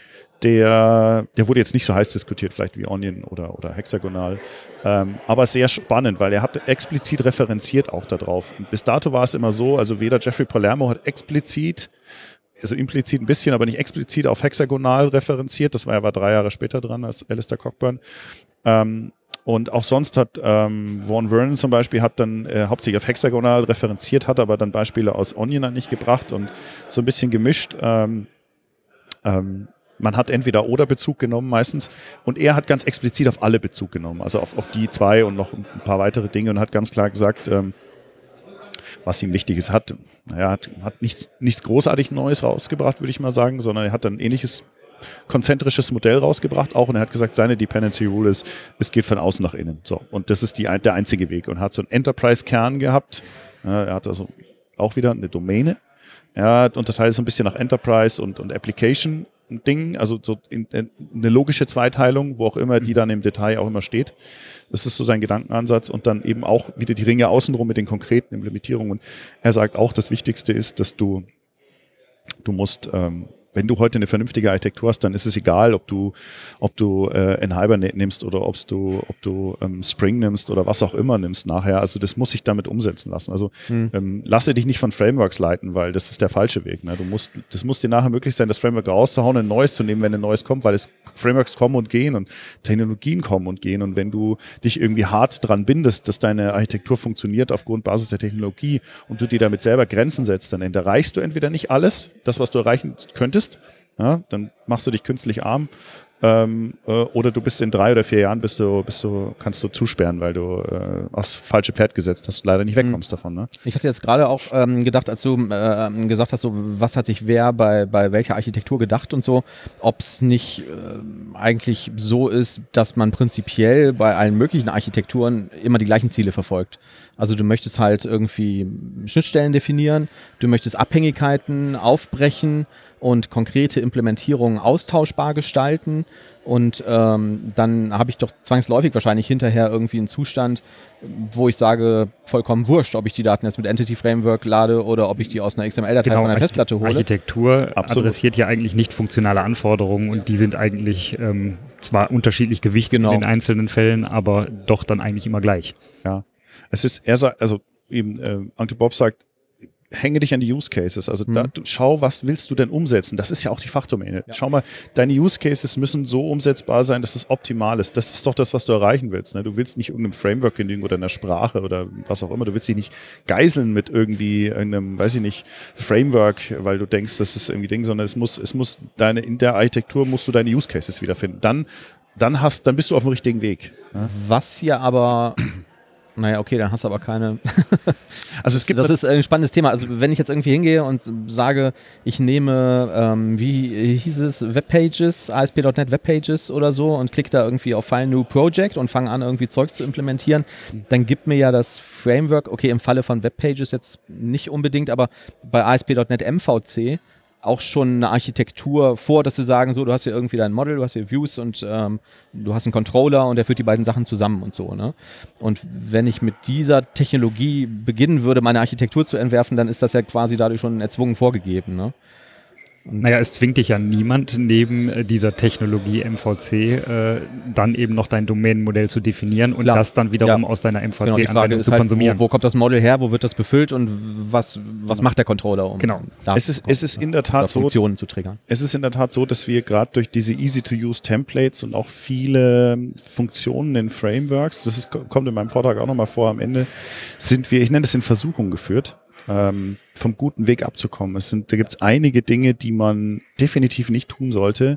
der, der wurde jetzt nicht so heiß diskutiert, vielleicht wie Onion oder, oder Hexagonal. Ähm, aber sehr spannend, weil er hat explizit referenziert auch darauf. Und bis dato war es immer so, also weder Jeffrey Palermo hat explizit, also implizit ein bisschen, aber nicht explizit auf Hexagonal referenziert. Das war, er war drei Jahre später dran als Alistair Cockburn. Ähm, und auch sonst hat ähm, Vaughan Vernon zum Beispiel hat dann äh, hauptsächlich auf Hexagonal referenziert, hat aber dann Beispiele aus Onion dann nicht gebracht und so ein bisschen gemischt. Ähm, ähm, Man hat entweder oder Bezug genommen meistens und er hat ganz explizit auf alle Bezug genommen, also auf, auf die zwei und noch ein paar weitere Dinge und hat ganz klar gesagt, ähm, was ihm wichtig ist. Hat, naja, hat, hat nichts, nichts großartig Neues rausgebracht, würde ich mal sagen, sondern er hat ein ähnliches konzentrisches Modell rausgebracht auch und er hat gesagt, seine Dependency Rule ist, es geht von außen nach innen. So, und das ist die, der einzige Weg und hat so einen Enterprise-Kern gehabt. Er hat also auch wieder eine Domäne. Er hat unterteilt so ein bisschen nach Enterprise und, und Application Ding, also so in, in eine logische Zweiteilung, wo auch immer die dann im Detail auch immer steht. Das ist so sein Gedankenansatz und dann eben auch wieder die Ringe außenrum mit den konkreten Implementierungen. Und er sagt auch, das Wichtigste ist, dass du, du musst, ähm, wenn du heute eine vernünftige Architektur hast, dann ist es egal, ob du, ob du äh, N-Hibernate nimmst oder ob du, ob du ähm, Spring nimmst oder was auch immer nimmst nachher. Also das muss sich damit umsetzen lassen. Also mhm. ähm, lasse dich nicht von Frameworks leiten, weil das ist der falsche Weg. Ne? Du musst, das muss dir nachher möglich sein, das Framework rauszuhauen, ein neues zu nehmen, wenn ein neues kommt, weil es Frameworks kommen und gehen und Technologien kommen und gehen. Und wenn du dich irgendwie hart dran bindest, dass deine Architektur funktioniert aufgrund Basis der Technologie und du dir damit selber Grenzen setzt, dann erreichst du entweder nicht alles, das, was du erreichen könntest, ja, dann machst du dich künstlich arm. Ähm, äh, oder du bist in drei oder vier Jahren bist du, bist du, kannst du zusperren, weil du äh, aufs falsche Pferd gesetzt hast, leider nicht wegkommst mhm. davon. Ne? Ich hatte jetzt gerade auch ähm, gedacht, als du äh, gesagt hast, so, was hat sich wer bei, bei welcher Architektur gedacht und so, ob es nicht äh, eigentlich so ist, dass man prinzipiell bei allen möglichen Architekturen immer die gleichen Ziele verfolgt. Also du möchtest halt irgendwie Schnittstellen definieren, du möchtest Abhängigkeiten aufbrechen und konkrete Implementierungen austauschbar gestalten und ähm, dann habe ich doch zwangsläufig wahrscheinlich hinterher irgendwie einen Zustand, wo ich sage, vollkommen wurscht, ob ich die Daten jetzt mit Entity Framework lade oder ob ich die aus einer X M L-Datei genau, von einer Festplatte hole. Architektur Absolut. adressiert ja eigentlich nicht funktionale Anforderungen und die sind eigentlich ähm, zwar unterschiedlich gewichtet genau. in den einzelnen Fällen, aber doch dann eigentlich immer gleich. Ja, es ist, er sagt, also eben, äh, Uncle Bob sagt, hänge dich an die Use Cases, also mhm. da, du, schau, was willst du denn umsetzen? Das ist ja auch die Fachdomäne. Ja. Schau mal, deine Use Cases müssen so umsetzbar sein, dass es optimal ist. Das ist doch das, was du erreichen willst. Ne? Du willst nicht irgendeinem Framework genügen oder einer Sprache oder was auch immer. Du willst dich nicht geiseln mit irgendwie irgendeinem, weiß ich nicht, Framework, weil du denkst, das ist irgendwie Ding, sondern es muss, es muss deine, in der Architektur musst du deine Use Cases wiederfinden. Dann, dann hast, dann bist du auf dem richtigen Weg. Ja? Was ja aber Naja, okay, dann hast du aber keine. Also es gibt das ist ein spannendes Thema. Also wenn ich jetzt irgendwie hingehe und sage, ich nehme, ähm, wie hieß es, Webpages, A S P Punkt net Webpages oder so und klicke da irgendwie auf File New Project und fange an, irgendwie Zeugs zu implementieren, dann gibt mir ja das Framework, okay, im Falle von Webpages jetzt nicht unbedingt, aber bei A S P Punkt net M V C auch schon eine Architektur vor, dass sie sagen, so, du hast hier irgendwie dein Model, du hast hier Views und ähm, du hast einen Controller und der führt die beiden Sachen zusammen und so. Ne? Und wenn ich mit dieser Technologie beginnen würde, meine Architektur zu entwerfen, dann ist das ja quasi dadurch schon erzwungen vorgegeben. Ne? Naja, es zwingt dich ja niemand, neben äh, dieser Technologie M V C äh, dann eben noch dein Domänenmodell zu definieren und ja. das dann wiederum ja. aus deiner M V C-Anwendung genau, zu halt, konsumieren. Wo, wo kommt das Model her, wo wird das befüllt und was, was macht der Controller, um genau. da es ist, es ist in der Tat so, Funktionen zu triggern. Es ist in der Tat so, dass wir gerade durch diese Easy-to-Use-Templates und auch viele Funktionen in Frameworks, das ist, kommt in meinem Vortrag auch nochmal vor am Ende, sind wir, ich nenne das in Versuchung geführt, Ähm, vom guten Weg abzukommen. Es sind, da gibt es einige Dinge, die man definitiv nicht tun sollte,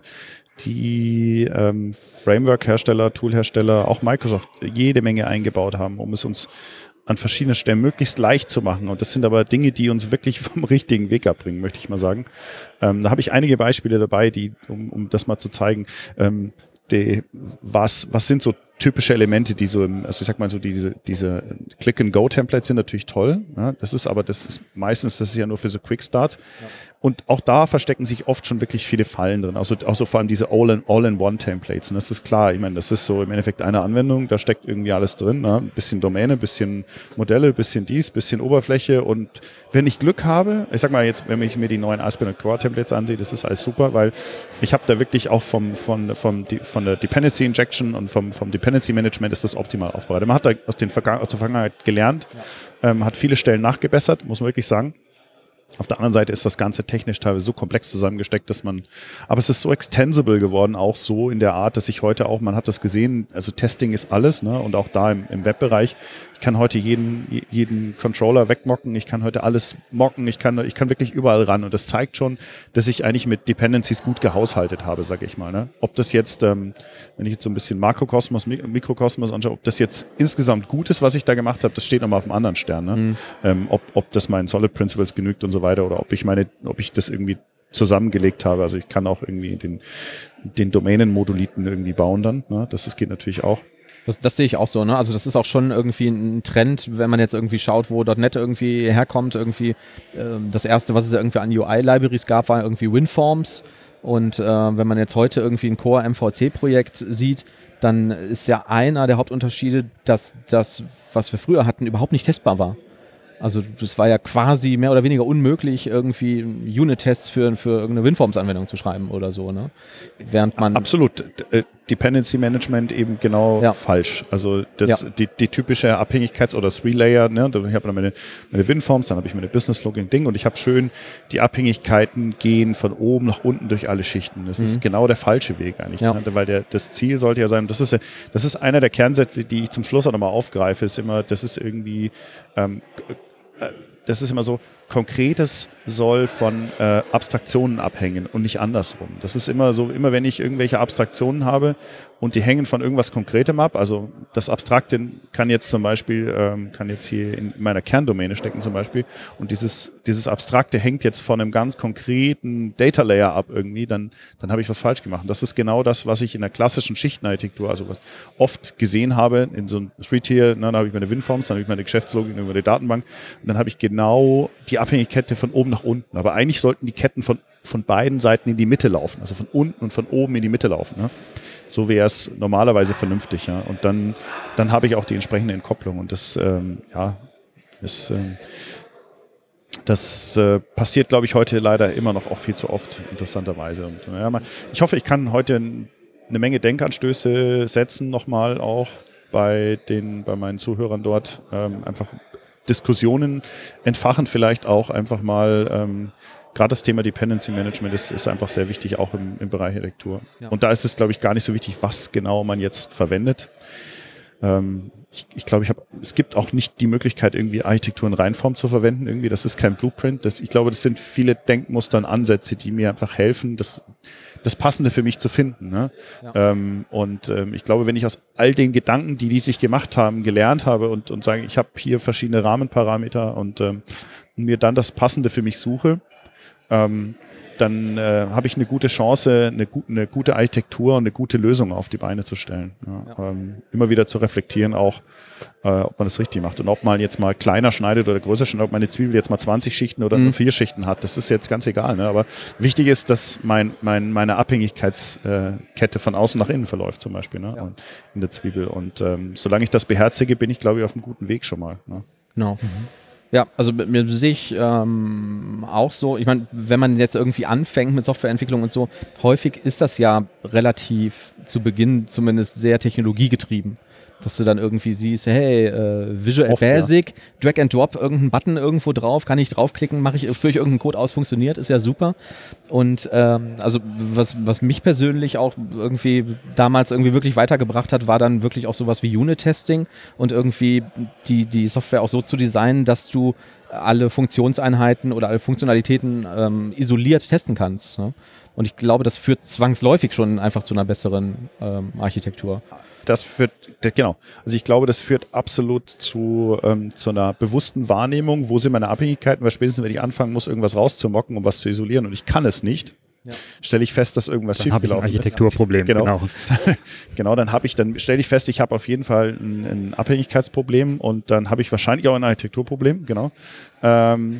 die ähm, Framework-Hersteller, Tool-Hersteller, auch Microsoft jede Menge eingebaut haben, um es uns an verschiedenen Stellen möglichst leicht zu machen. Und das sind aber Dinge, die uns wirklich vom richtigen Weg abbringen, möchte ich mal sagen. Ähm, da habe ich einige Beispiele dabei, die, um, um das mal zu zeigen, ähm, die, was, was sind so typische Elemente, die so im, also ich sag mal so, diese, diese Click-and-Go-Templates sind natürlich toll. Ja, das ist aber, das ist meistens, das ist ja nur für so Quick-Starts. Ja. Und auch da verstecken sich oft schon wirklich viele Fallen drin. Also auch so vor allem diese All-in-All-in-One-Templates. Und das ist klar, ich meine, das ist so im Endeffekt eine Anwendung, da steckt irgendwie alles drin. Ne? Ein bisschen Domäne, ein bisschen Modelle, ein bisschen dies, ein bisschen Oberfläche. Und wenn ich Glück habe, ich sag mal jetzt, wenn ich mir die neuen A S P Punkt net Core-Templates ansehe, das ist alles super, weil ich habe da wirklich auch vom, von, vom, von der Dependency Injection und vom, vom Dependency Management ist das optimal aufbereitet. Man hat da aus, den Vergangen- aus der Vergangenheit gelernt, ja. ähm, hat viele Stellen nachgebessert, muss man wirklich sagen. Auf der anderen Seite ist das Ganze technisch teilweise so komplex zusammengesteckt, dass man, aber es ist so extensible geworden, auch so in der Art, dass ich heute auch, man hat das gesehen, also Testing ist alles, ne, und auch da im, im Webbereich, ich kann heute jeden, jeden Controller wegmocken, ich kann heute alles mocken, ich kann, ich kann wirklich überall ran und das zeigt schon, dass ich eigentlich mit Dependencies gut gehaushaltet habe, sage ich mal, ne. Ob das jetzt, ähm, wenn ich jetzt so ein bisschen Makrokosmos, Mikrokosmos anschaue, ob das jetzt insgesamt gut ist, was ich da gemacht habe, das steht nochmal auf einem anderen Stern, ne. Mhm. Ähm, ob, ob das meinen Solid Principles genügt und so weiter oder ob ich meine, ob ich das irgendwie zusammengelegt habe. Also ich kann auch irgendwie den, den Domänenmoduliten irgendwie bauen dann. Ne? Das, das geht natürlich auch. Das, das sehe ich auch so, ne? Also das ist auch schon irgendwie ein Trend, wenn man jetzt irgendwie schaut, wo .N E T irgendwie herkommt. Irgendwie äh, das erste, was es ja irgendwie an U I-Libraries gab, war irgendwie WinForms. Und äh, wenn man jetzt heute irgendwie ein Core M V C-Projekt sieht, dann ist ja einer der Hauptunterschiede, dass das, was wir früher hatten, überhaupt nicht testbar war. Also das war ja quasi mehr oder weniger unmöglich, irgendwie Unit-Tests für, für irgendeine WinForms-Anwendung zu schreiben oder so, ne? Während man Absolut. Dependency Management eben genau ja. falsch. Also das, ja. die, die typische Abhängigkeits- oder Three-Layer, ne? Ich habe dann meine, meine WinForms, dann habe ich meine Business-Logging-Ding und ich habe schön, die Abhängigkeiten gehen von oben nach unten durch alle Schichten. Das mhm. ist genau der falsche Weg eigentlich, ja. ne? Weil der, das Ziel sollte ja sein, das ist, das ist einer der Kernsätze, die ich zum Schluss auch nochmal aufgreife, ist immer, das ist irgendwie ähm, das ist immer so, Konkretes soll von äh, Abstraktionen abhängen und nicht andersrum. Das ist immer so, immer wenn ich irgendwelche Abstraktionen habe und die hängen von irgendwas Konkretem ab, also das Abstrakte kann jetzt zum Beispiel, ähm, kann jetzt hier in meiner Kerndomäne stecken zum Beispiel und dieses, dieses Abstrakte hängt jetzt von einem ganz konkreten Data Layer ab irgendwie, dann, dann habe ich was falsch gemacht. Das ist genau das, was ich in der klassischen Schichtenarchitektur, also was oft gesehen habe, in so einem Three-Tier, ne, da habe ich meine WinForms, dann habe ich meine Geschäftslogik über die Datenbank und dann habe ich genau die Abhängigkeit von oben nach unten. Aber eigentlich sollten die Ketten von, von beiden Seiten in die Mitte laufen, also von unten und von oben in die Mitte laufen. Ne? So wäre es normalerweise vernünftig. Ja? Und dann, dann habe ich auch die entsprechende Entkopplung. Und das, ähm, ja, ist, ähm, das äh, passiert, glaube ich, heute leider immer noch auch viel zu oft, interessanterweise. Und, ja, mal, ich hoffe, ich kann heute eine Menge Denkanstöße setzen, nochmal auch bei, den, bei meinen Zuhörern dort. Ähm, einfach Diskussionen entfachen, vielleicht auch einfach mal, ähm, gerade das Thema Dependency Management ist, ist einfach sehr wichtig, auch im, im Bereich Architektur. Ja. Und da ist es, glaube ich, gar nicht so wichtig, was genau man jetzt verwendet. Ähm, ich ich glaube, ich hab, es gibt auch nicht die Möglichkeit, irgendwie Architektur in Reinform zu verwenden. Irgendwie, das ist kein Blueprint. Das, ich glaube, das sind viele Denkmuster und Ansätze, die mir einfach helfen, das, das Passende für mich zu finden. Ne? Ja. Ähm, und ähm, ich glaube, wenn ich aus all den Gedanken, die die sich gemacht haben, gelernt habe und, und sage, ich habe hier verschiedene Rahmenparameter und ähm, mir dann das Passende für mich suche, ähm, dann äh, habe ich eine gute Chance, eine, gu- eine gute Architektur und eine gute Lösung auf die Beine zu stellen. Ja, ja. Ähm, immer wieder zu reflektieren auch, äh, ob man das richtig macht. Und ob man jetzt mal kleiner schneidet oder größer schneidet, ob meine Zwiebel jetzt mal zwanzig Schichten oder mhm. nur vier Schichten hat, das ist jetzt ganz egal. Ne? Aber wichtig ist, dass mein, mein, meine Abhängigkeitskette von außen nach innen verläuft zum Beispiel, ne? Ja. Und in der Zwiebel. Und ähm, solange ich das beherzige, bin ich, glaube ich, auf einem guten Weg schon mal. Ne? Genau. Mhm. Ja, also mir sehe ich ähm, auch so, ich meine, wenn man jetzt irgendwie anfängt mit Softwareentwicklung und so, häufig ist das ja relativ zu Beginn zumindest sehr technologiegetrieben. Dass du dann irgendwie siehst, hey, äh, Visual Oft, Basic, ja. Drag and Drop, irgendeinen Button irgendwo drauf, kann ich draufklicken, mache ich, führe ich irgendeinen Code aus, funktioniert, ist ja super. Und ähm, also was, was mich persönlich auch irgendwie damals irgendwie wirklich weitergebracht hat, war dann wirklich auch sowas wie Unit-Testing und irgendwie die, die Software auch so zu designen, dass du alle Funktionseinheiten oder alle Funktionalitäten ähm, isoliert testen kannst. Ne? Und ich glaube, das führt zwangsläufig schon einfach zu einer besseren ähm, Architektur. Das führt, genau, also ich glaube, das führt absolut zu, ähm, zu einer bewussten Wahrnehmung, wo sind meine Abhängigkeiten, weil spätestens, wenn ich anfangen muss, irgendwas rauszumocken, um was zu isolieren und ich kann es nicht, ja. stelle ich fest, dass irgendwas schiefgelaufen ist. Architekturproblem, genau. Genau, genau dann habe ich, dann stelle ich fest, ich habe auf jeden Fall ein, ein Abhängigkeitsproblem und dann habe ich wahrscheinlich auch ein Architekturproblem, genau. Ähm,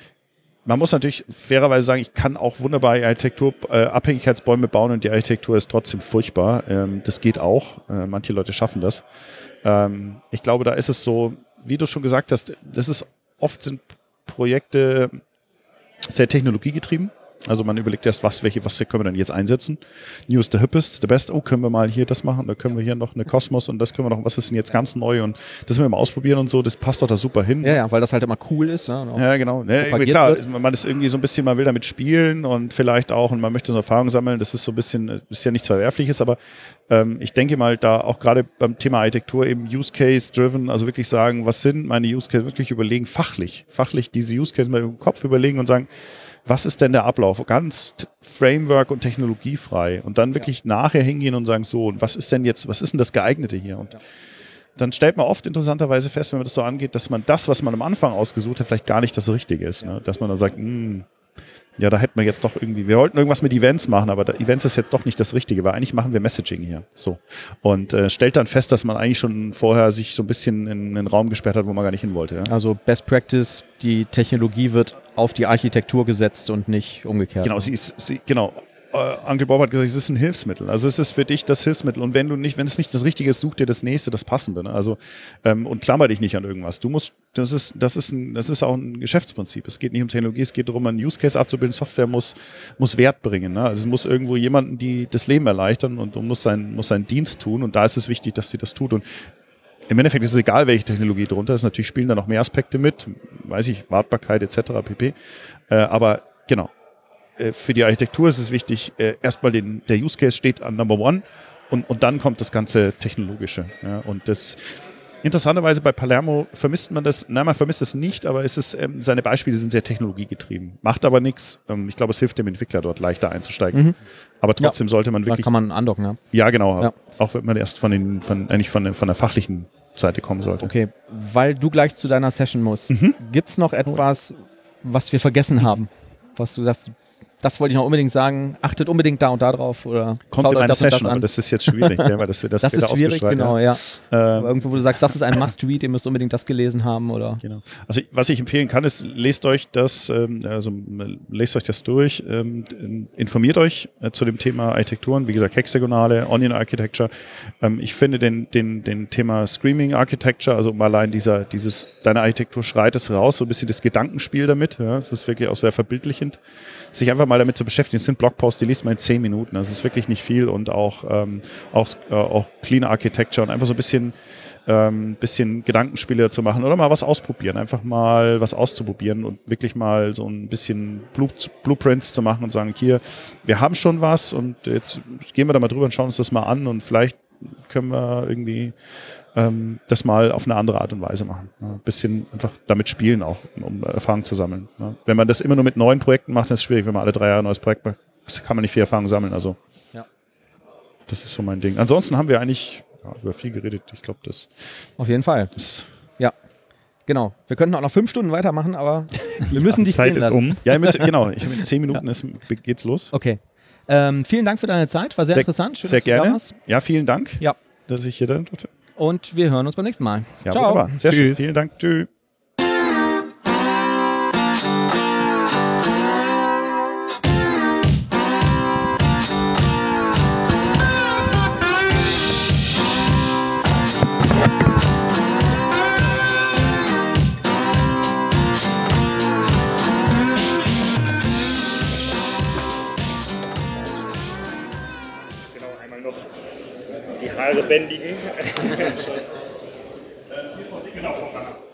Man muss natürlich fairerweise sagen, ich kann auch wunderbar Architektur, äh, Abhängigkeitsbäume bauen und die Architektur ist trotzdem furchtbar. Ähm, das geht auch. Äh, manche Leute schaffen das. Ähm, ich glaube, da ist es so, wie du schon gesagt hast, das ist oft sind Projekte sehr technologiegetrieben. Also man überlegt erst, was, welche, was können wir denn jetzt einsetzen? New is the hippest, the best. Oh, können wir mal hier das machen? Da können wir hier noch eine Cosmos und das können wir noch, was ist denn jetzt ganz neu? Und das müssen wir mal ausprobieren und so. Das passt doch da super hin. Ja, ja, weil das halt immer cool ist. Ja, ja genau. Ja, klar, wird. Man ist irgendwie so ein bisschen, man will damit spielen und vielleicht auch, und man möchte so Erfahrung sammeln. Das ist so ein bisschen, ist ja nichts Verwerfliches, aber ähm, ich denke mal, da auch gerade beim Thema Architektur eben Use Case driven, also wirklich sagen, was sind meine Use Case, wirklich überlegen, fachlich, fachlich diese Use Case mal im Kopf überlegen und sagen, was ist denn der Ablauf? Ganz Framework und technologiefrei. Und dann wirklich ja. nachher hingehen und sagen, so, und was ist denn jetzt, was ist denn das Geeignete hier? Und ja. dann stellt man oft interessanterweise fest, wenn man das so angeht, dass man das, was man am Anfang ausgesucht hat, vielleicht gar nicht das Richtige ist. Ja. Ne? Dass man dann sagt, mh, ja, da hätten wir jetzt doch irgendwie, wir wollten irgendwas mit Events machen, aber da, Events ist jetzt doch nicht das Richtige, weil eigentlich machen wir Messaging hier. So. Und äh, stellt dann fest, dass man eigentlich schon vorher sich so ein bisschen in einen Raum gesperrt hat, wo man gar nicht hin wollte. Ja? Also Best Practice, die Technologie wird auf die Architektur gesetzt und nicht umgekehrt. Genau, sie ist, sie, genau. Uh, Uncle Bob hat gesagt, es ist ein Hilfsmittel. Also es ist für dich das Hilfsmittel. Und wenn du nicht, wenn es nicht das Richtige ist, such dir das nächste, das Passende. Ne? Also ähm, und klammer dich nicht an irgendwas. Du musst, das ist, das ist ein, das ist auch ein Geschäftsprinzip. Es geht nicht um Technologie, es geht darum, einen Use Case abzubilden. Software muss, muss Wert bringen. Ne? Also es muss irgendwo jemanden, die das Leben erleichtern und, und muss sein, muss seinen Dienst tun. Und da ist es wichtig, dass sie das tut. Und im Endeffekt ist es egal, welche Technologie drunter ist. Natürlich spielen da noch mehr Aspekte mit, weiß ich, Wartbarkeit et cetera pp. Äh, aber genau. Für die Architektur ist es wichtig, äh, erstmal den, der Use Case steht an Number One und, und dann kommt das ganze Technologische. Ja, und das, Interessanterweise bei Palermo vermisst man das, nein, man vermisst es nicht, aber es ist, ähm, seine Beispiele sind sehr technologiegetrieben. Macht aber nichts. Ähm, ich glaube, es hilft dem Entwickler dort leichter einzusteigen. Mhm. Aber trotzdem ja. sollte man wirklich. Da kann man andocken, ja. Ja, genau. Ja. Auch wenn man erst von den, von, eigentlich von, von der fachlichen Seite kommen sollte. Okay, weil du gleich zu deiner Session musst. Mhm. Gibt es noch etwas, was wir vergessen haben? Was du sagst, das wollte ich noch unbedingt sagen, achtet unbedingt da und da drauf. Oder kommt in meine Session, das aber das ist jetzt schwierig, ja, weil das, wir das, das ist schwierig, genau, ja. ja. Ähm, irgendwo, wo du sagst, das ist ein Must-Read, ihr müsst unbedingt das gelesen haben. Oder genau. Also was ich empfehlen kann, ist, lest euch das, ähm, also lest euch das durch, ähm, informiert euch äh, zu dem Thema Architekturen, wie gesagt, hexagonale, Onion Architecture. Ähm, ich finde den, den, den Thema Screaming Architecture, also um allein dieser, dieses, deine Architektur schreit es raus, so ein bisschen das Gedankenspiel damit, ja, das ist wirklich auch sehr verbildlichend, sich einfach mal damit zu beschäftigen. Es sind Blogposts, die liest man in zehn Minuten. Das ist wirklich nicht viel und auch, ähm, auch, äh, auch Clean Architecture und einfach so ein bisschen, ähm, bisschen Gedankenspiele dazu machen oder mal was ausprobieren. Einfach mal was auszuprobieren und wirklich mal so ein bisschen Blueprints zu machen und sagen, hier, wir haben schon was und jetzt gehen wir da mal drüber und schauen uns das mal an und vielleicht können wir irgendwie ähm, das mal auf eine andere Art und Weise machen. Ja, ein bisschen einfach damit spielen auch, um Erfahrung zu sammeln. Ja. Wenn man das immer nur mit neuen Projekten macht, dann ist es schwierig. Wenn man alle drei Jahre ein neues Projekt macht, kann man nicht viel Erfahrung sammeln. Also ja. Das ist so mein Ding. Ansonsten haben wir eigentlich ja, über viel geredet. Ich glaube, das auf jeden Fall. Ist ja. Genau. Wir könnten auch noch fünf Stunden weitermachen, aber wir müssen die Zeit ist lassen. um. Ja, ihr müsst, genau. Ich habe in zehn Minuten ja. ist, geht's los. Okay. Ähm, vielen Dank für deine Zeit. War sehr, sehr interessant. Schön, sehr dass gerne. Du da warst. Ja, vielen Dank, ja. dass ich hier da durfte. Und wir hören uns beim nächsten Mal. Ja, Ciao. wunderbar. Sehr Tschüss. schön. Vielen Dank. Tschüss. Die Haare bändigen. Genau,